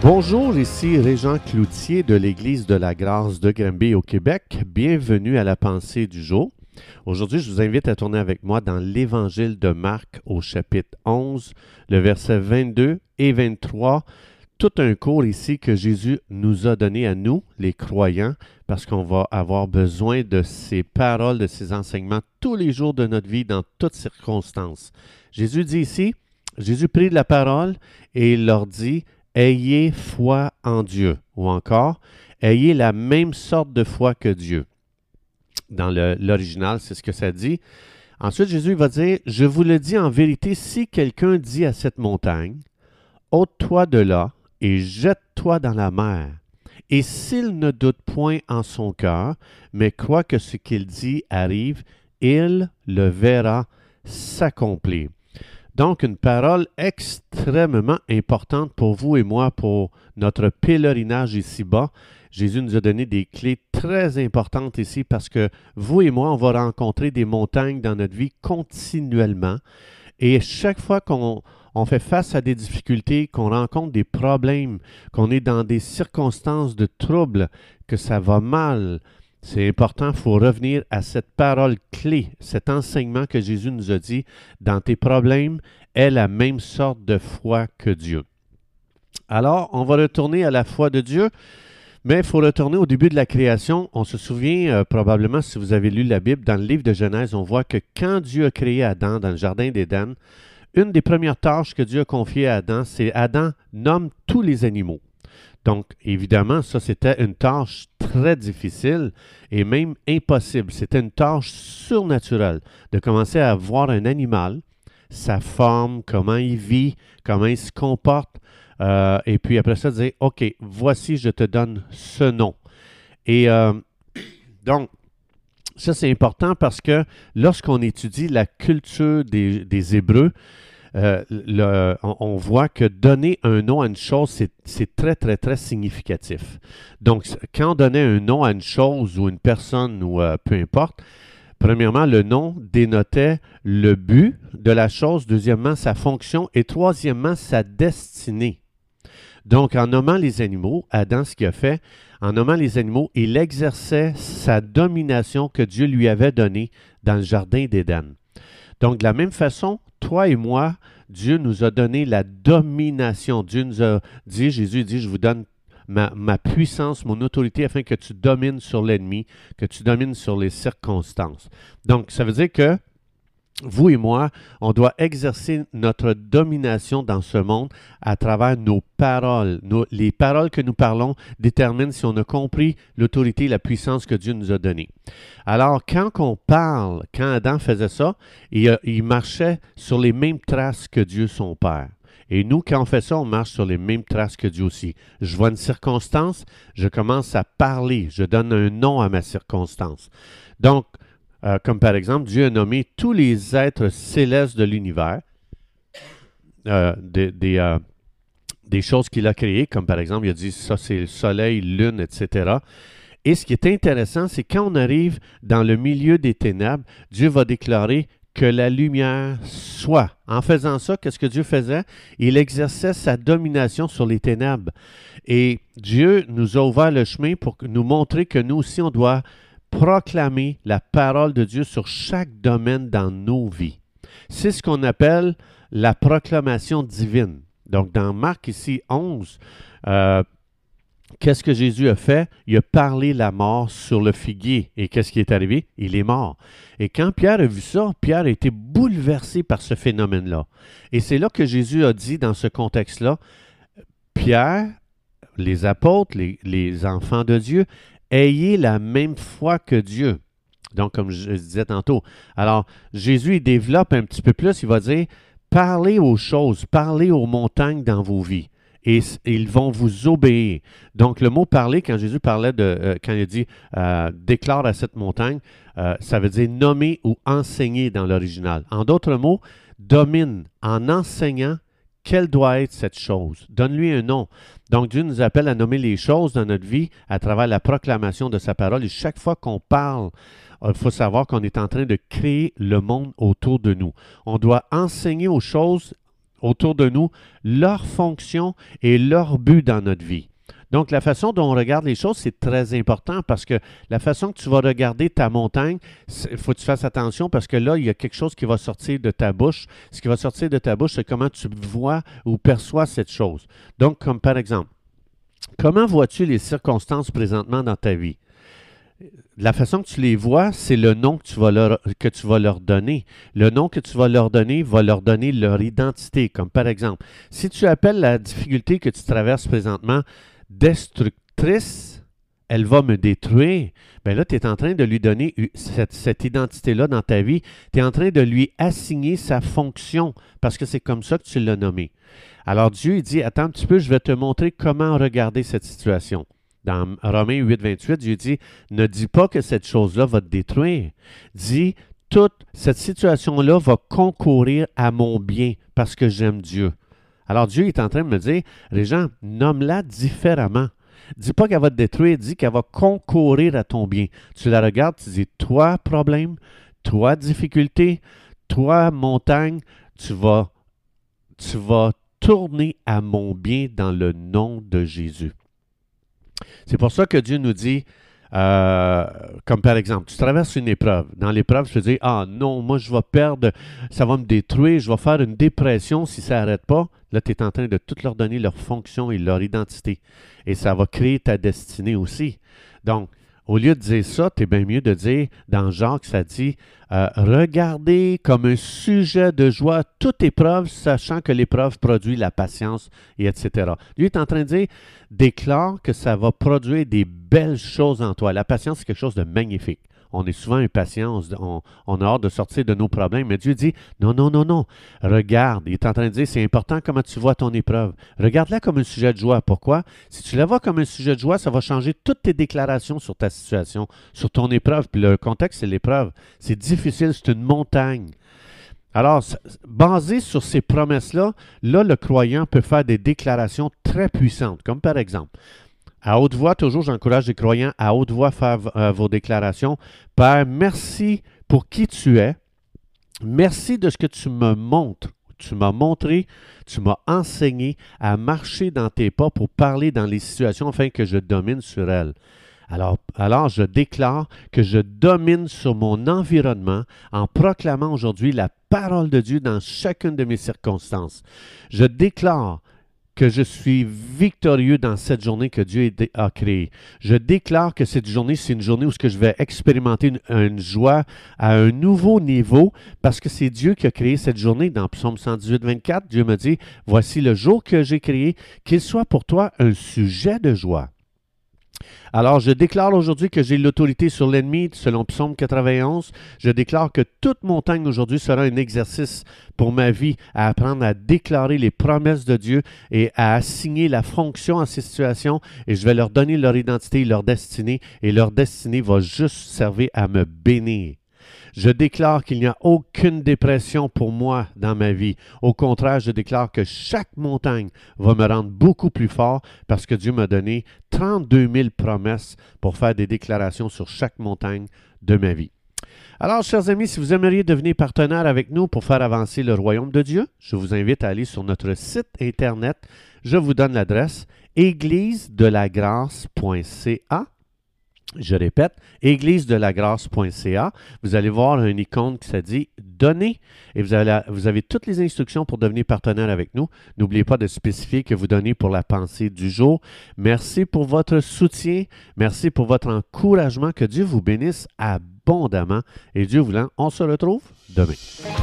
Bonjour, ici Régent Cloutier de l'Église de la Grâce de Granby au Québec. Bienvenue à la pensée du jour. Aujourd'hui, je vous invite à tourner avec moi dans l'Évangile de Marc au chapitre 11, le verset 22 et 23. Tout un cours ici que Jésus nous a donné à nous, les croyants, parce qu'on va avoir besoin de ces paroles, de ces enseignements tous les jours de notre vie, dans toutes circonstances. Jésus dit ici, Jésus prit la parole et il leur dit: ayez foi en Dieu, ou encore, ayez la même sorte de foi que Dieu. Dans l'original, c'est ce que ça dit. Ensuite, Jésus va dire: je vous le dis en vérité, si quelqu'un dit à cette montagne, ôte-toi de là et jette-toi dans la mer, et s'il ne doute point en son cœur, mais croit que ce qu'il dit arrive, il le verra s'accomplir. Donc, une parole extrêmement importante pour vous et moi, pour notre pèlerinage ici-bas. Jésus nous a donné des clés très importantes ici parce que vous et moi, on va rencontrer des montagnes dans notre vie continuellement. Et chaque fois qu'on fait face à des difficultés, qu'on rencontre des problèmes, qu'on est dans des circonstances de trouble, que ça va mal, c'est important, il faut revenir à cette parole clé, cet enseignement que Jésus nous a dit: dans tes problèmes, aie la même sorte de foi que Dieu. Alors, on va retourner à la foi de Dieu, mais il faut retourner au début de la création. On se souvient probablement, si vous avez lu la Bible, dans le livre de Genèse, on voit que quand Dieu a créé Adam dans le jardin d'Éden, une des premières tâches que Dieu a confiées à Adam, c'est: Adam, nomme tous les animaux. Donc, évidemment, ça, c'était une tâche très difficile et même impossible. C'était une tâche surnaturelle de commencer à voir un animal, sa forme, comment il vit, comment il se comporte, et puis après ça, dire: OK, voici, je te donne ce nom. Et donc, ça, c'est important parce que lorsqu'on étudie la culture des Hébreux, on voit que donner un nom à une chose, c'est très, très, très significatif. Donc, quand on donnait un nom à une chose ou une personne ou peu importe, premièrement, le nom dénotait le but de la chose, deuxièmement, sa fonction et troisièmement, sa destinée. Donc, en nommant les animaux, Adam, ce qu'il a fait, en nommant les animaux, il exerçait sa domination que Dieu lui avait donnée dans le jardin d'Éden. Donc, de la même façon, toi et moi, Dieu nous a donné la domination. Dieu nous a dit, Jésus dit: je vous donne ma puissance, mon autorité, afin que tu domines sur l'ennemi, que tu domines sur les circonstances. Donc, ça veut dire que vous et moi, on doit exercer notre domination dans ce monde à travers nos paroles. Les paroles que nous parlons déterminent si on a compris l'autorité et la puissance que Dieu nous a donnée. Alors, quand on parle, quand Adam faisait ça, il marchait sur les mêmes traces que Dieu son Père. Et nous, quand on fait ça, on marche sur les mêmes traces que Dieu aussi. Je vois une circonstance, je commence à parler, je donne un nom à ma circonstance. Donc, comme par exemple, Dieu a nommé tous les êtres célestes de l'univers, des choses qu'il a créées, comme par exemple, il a dit: ça c'est le soleil, lune, etc. Et ce qui est intéressant, c'est quand on arrive dans le milieu des ténèbres, Dieu va déclarer que la lumière soit. En faisant ça, qu'est-ce que Dieu faisait? Il exerçait sa domination sur les ténèbres. Et Dieu nous a ouvert le chemin pour nous montrer que nous aussi, on doit proclamer la parole de Dieu sur chaque domaine dans nos vies. C'est ce qu'on appelle la proclamation divine. Donc, dans Marc ici 11, qu'est-ce que Jésus a fait? Il a parlé la mort sur le figuier. Et qu'est-ce qui est arrivé? Il est mort. Et quand Pierre a vu ça, Pierre a été bouleversé par ce phénomène-là. Et c'est là que Jésus a dit, dans ce contexte-là, Pierre, les apôtres, les enfants de Dieu, ayez la même foi que Dieu. Donc, comme je disais tantôt. Alors, Jésus, il développe un petit peu plus. Il va dire: parlez aux choses, parlez aux montagnes dans vos vies. Et ils vont vous obéir. Donc, le mot parler, quand Jésus parlait quand il a dit déclare à cette montagne, ça veut dire nommer ou enseigner dans l'original. En d'autres mots, domine en enseignant quelle doit être cette chose. Donne-lui un nom. Donc, Dieu nous appelle à nommer les choses dans notre vie à travers la proclamation de sa parole. Et chaque fois qu'on parle, il faut savoir qu'on est en train de créer le monde autour de nous. On doit enseigner aux choses autour de nous leur fonction et leur but dans notre vie. Donc, la façon dont on regarde les choses, c'est très important parce que la façon que tu vas regarder ta montagne, il faut que tu fasses attention parce que là, il y a quelque chose qui va sortir de ta bouche. Ce qui va sortir de ta bouche, c'est comment tu vois ou perçois cette chose. Donc, comme par exemple, comment vois-tu les circonstances présentement dans ta vie? La façon que tu les vois, c'est le nom que tu vas leur donner. Le nom que tu vas leur donner va leur donner leur identité. Comme par exemple, si tu appelles la difficulté que tu traverses présentement destructrice, elle va me détruire. Bien là, tu es en train de lui donner cette identité-là dans ta vie. Tu es en train de lui assigner sa fonction parce que c'est comme ça que tu l'as nommé. Alors Dieu, il dit, attends un petit peu, je vais te montrer comment regarder cette situation. Dans Romains 8, 28, Dieu dit, ne dis pas que cette chose-là va te détruire. Dis, toute cette situation-là va concourir à mon bien parce que j'aime Dieu. Alors Dieu est en train de me dire, Régent, nomme-la différemment. Dis pas qu'elle va te détruire, dis qu'elle va concourir à ton bien. Tu la regardes, tu dis, toi, problème, toi, difficulté, toi, montagne, tu vas tourner à mon bien dans le nom de Jésus. C'est pour ça que Dieu nous dit, comme par exemple, tu traverses une épreuve. Dans l'épreuve, tu te dis, ah non, moi je vais perdre, ça va me détruire, je vais faire une dépression si ça n'arrête pas. Là, tu es en train de tout leur donner leur fonction et leur identité. Et ça va créer ta destinée aussi. Donc, au lieu de dire ça, tu es bien mieux de dire, dans Jacques, ça dit, regardez comme un sujet de joie toute épreuve, sachant que l'épreuve produit la patience, et etc. Lui est en train de dire, déclare que ça va produire des belles choses en toi. La patience, c'est quelque chose de magnifique. On est souvent impatient, on a hâte de sortir de nos problèmes, mais Dieu dit, non, non, non, non, regarde, il est en train de dire, c'est important comment tu vois ton épreuve. Regarde-la comme un sujet de joie. Pourquoi? Si tu la vois comme un sujet de joie, ça va changer toutes tes déclarations sur ta situation, sur ton épreuve. Puis le contexte, c'est l'épreuve. C'est difficile, c'est une montagne. Alors, basé sur ces promesses-là, là, le croyant peut faire des déclarations très puissantes, comme par exemple, à haute voix, toujours, j'encourage les croyants à haute voix à faire vos déclarations. Père, merci pour qui tu es. Merci de ce que tu me montres. Tu m'as montré, tu m'as enseigné à marcher dans tes pas pour parler dans les situations afin que je domine sur elles. Alors, je déclare que je domine sur mon environnement en proclamant aujourd'hui la parole de Dieu dans chacune de mes circonstances. Je déclare que je suis victorieux dans cette journée que Dieu a créée. Je déclare que cette journée, c'est une journée où je vais expérimenter une joie à un nouveau niveau parce que c'est Dieu qui a créé cette journée. Dans Psaume 118, 24, Dieu me dit, « Voici le jour que j'ai créé, qu'il soit pour toi un sujet de joie. » Alors, je déclare aujourd'hui que j'ai l'autorité sur l'ennemi, selon Psaume 91. Je déclare que toute montagne aujourd'hui sera un exercice pour ma vie à apprendre à déclarer les promesses de Dieu et à assigner la fonction à ces situations. Et je vais leur donner leur identité, leur destinée, et leur destinée va juste servir à me bénir. Je déclare qu'il n'y a aucune dépression pour moi dans ma vie. Au contraire, je déclare que chaque montagne va me rendre beaucoup plus fort parce que Dieu m'a donné 32 000 promesses pour faire des déclarations sur chaque montagne de ma vie. Alors, chers amis, si vous aimeriez devenir partenaire avec nous pour faire avancer le royaume de Dieu, je vous invite à aller sur notre site Internet. Je vous donne l'adresse églisedelagrâce.ca. Je répète, églisedelagrâce.ca. Vous allez voir une icône qui se dit « Donner » et vous avez toutes les instructions pour devenir partenaire avec nous. N'oubliez pas de spécifier que vous donnez pour la pensée du jour. Merci pour votre soutien. Merci pour votre encouragement. Que Dieu vous bénisse abondamment. Et Dieu voulant, on se retrouve demain.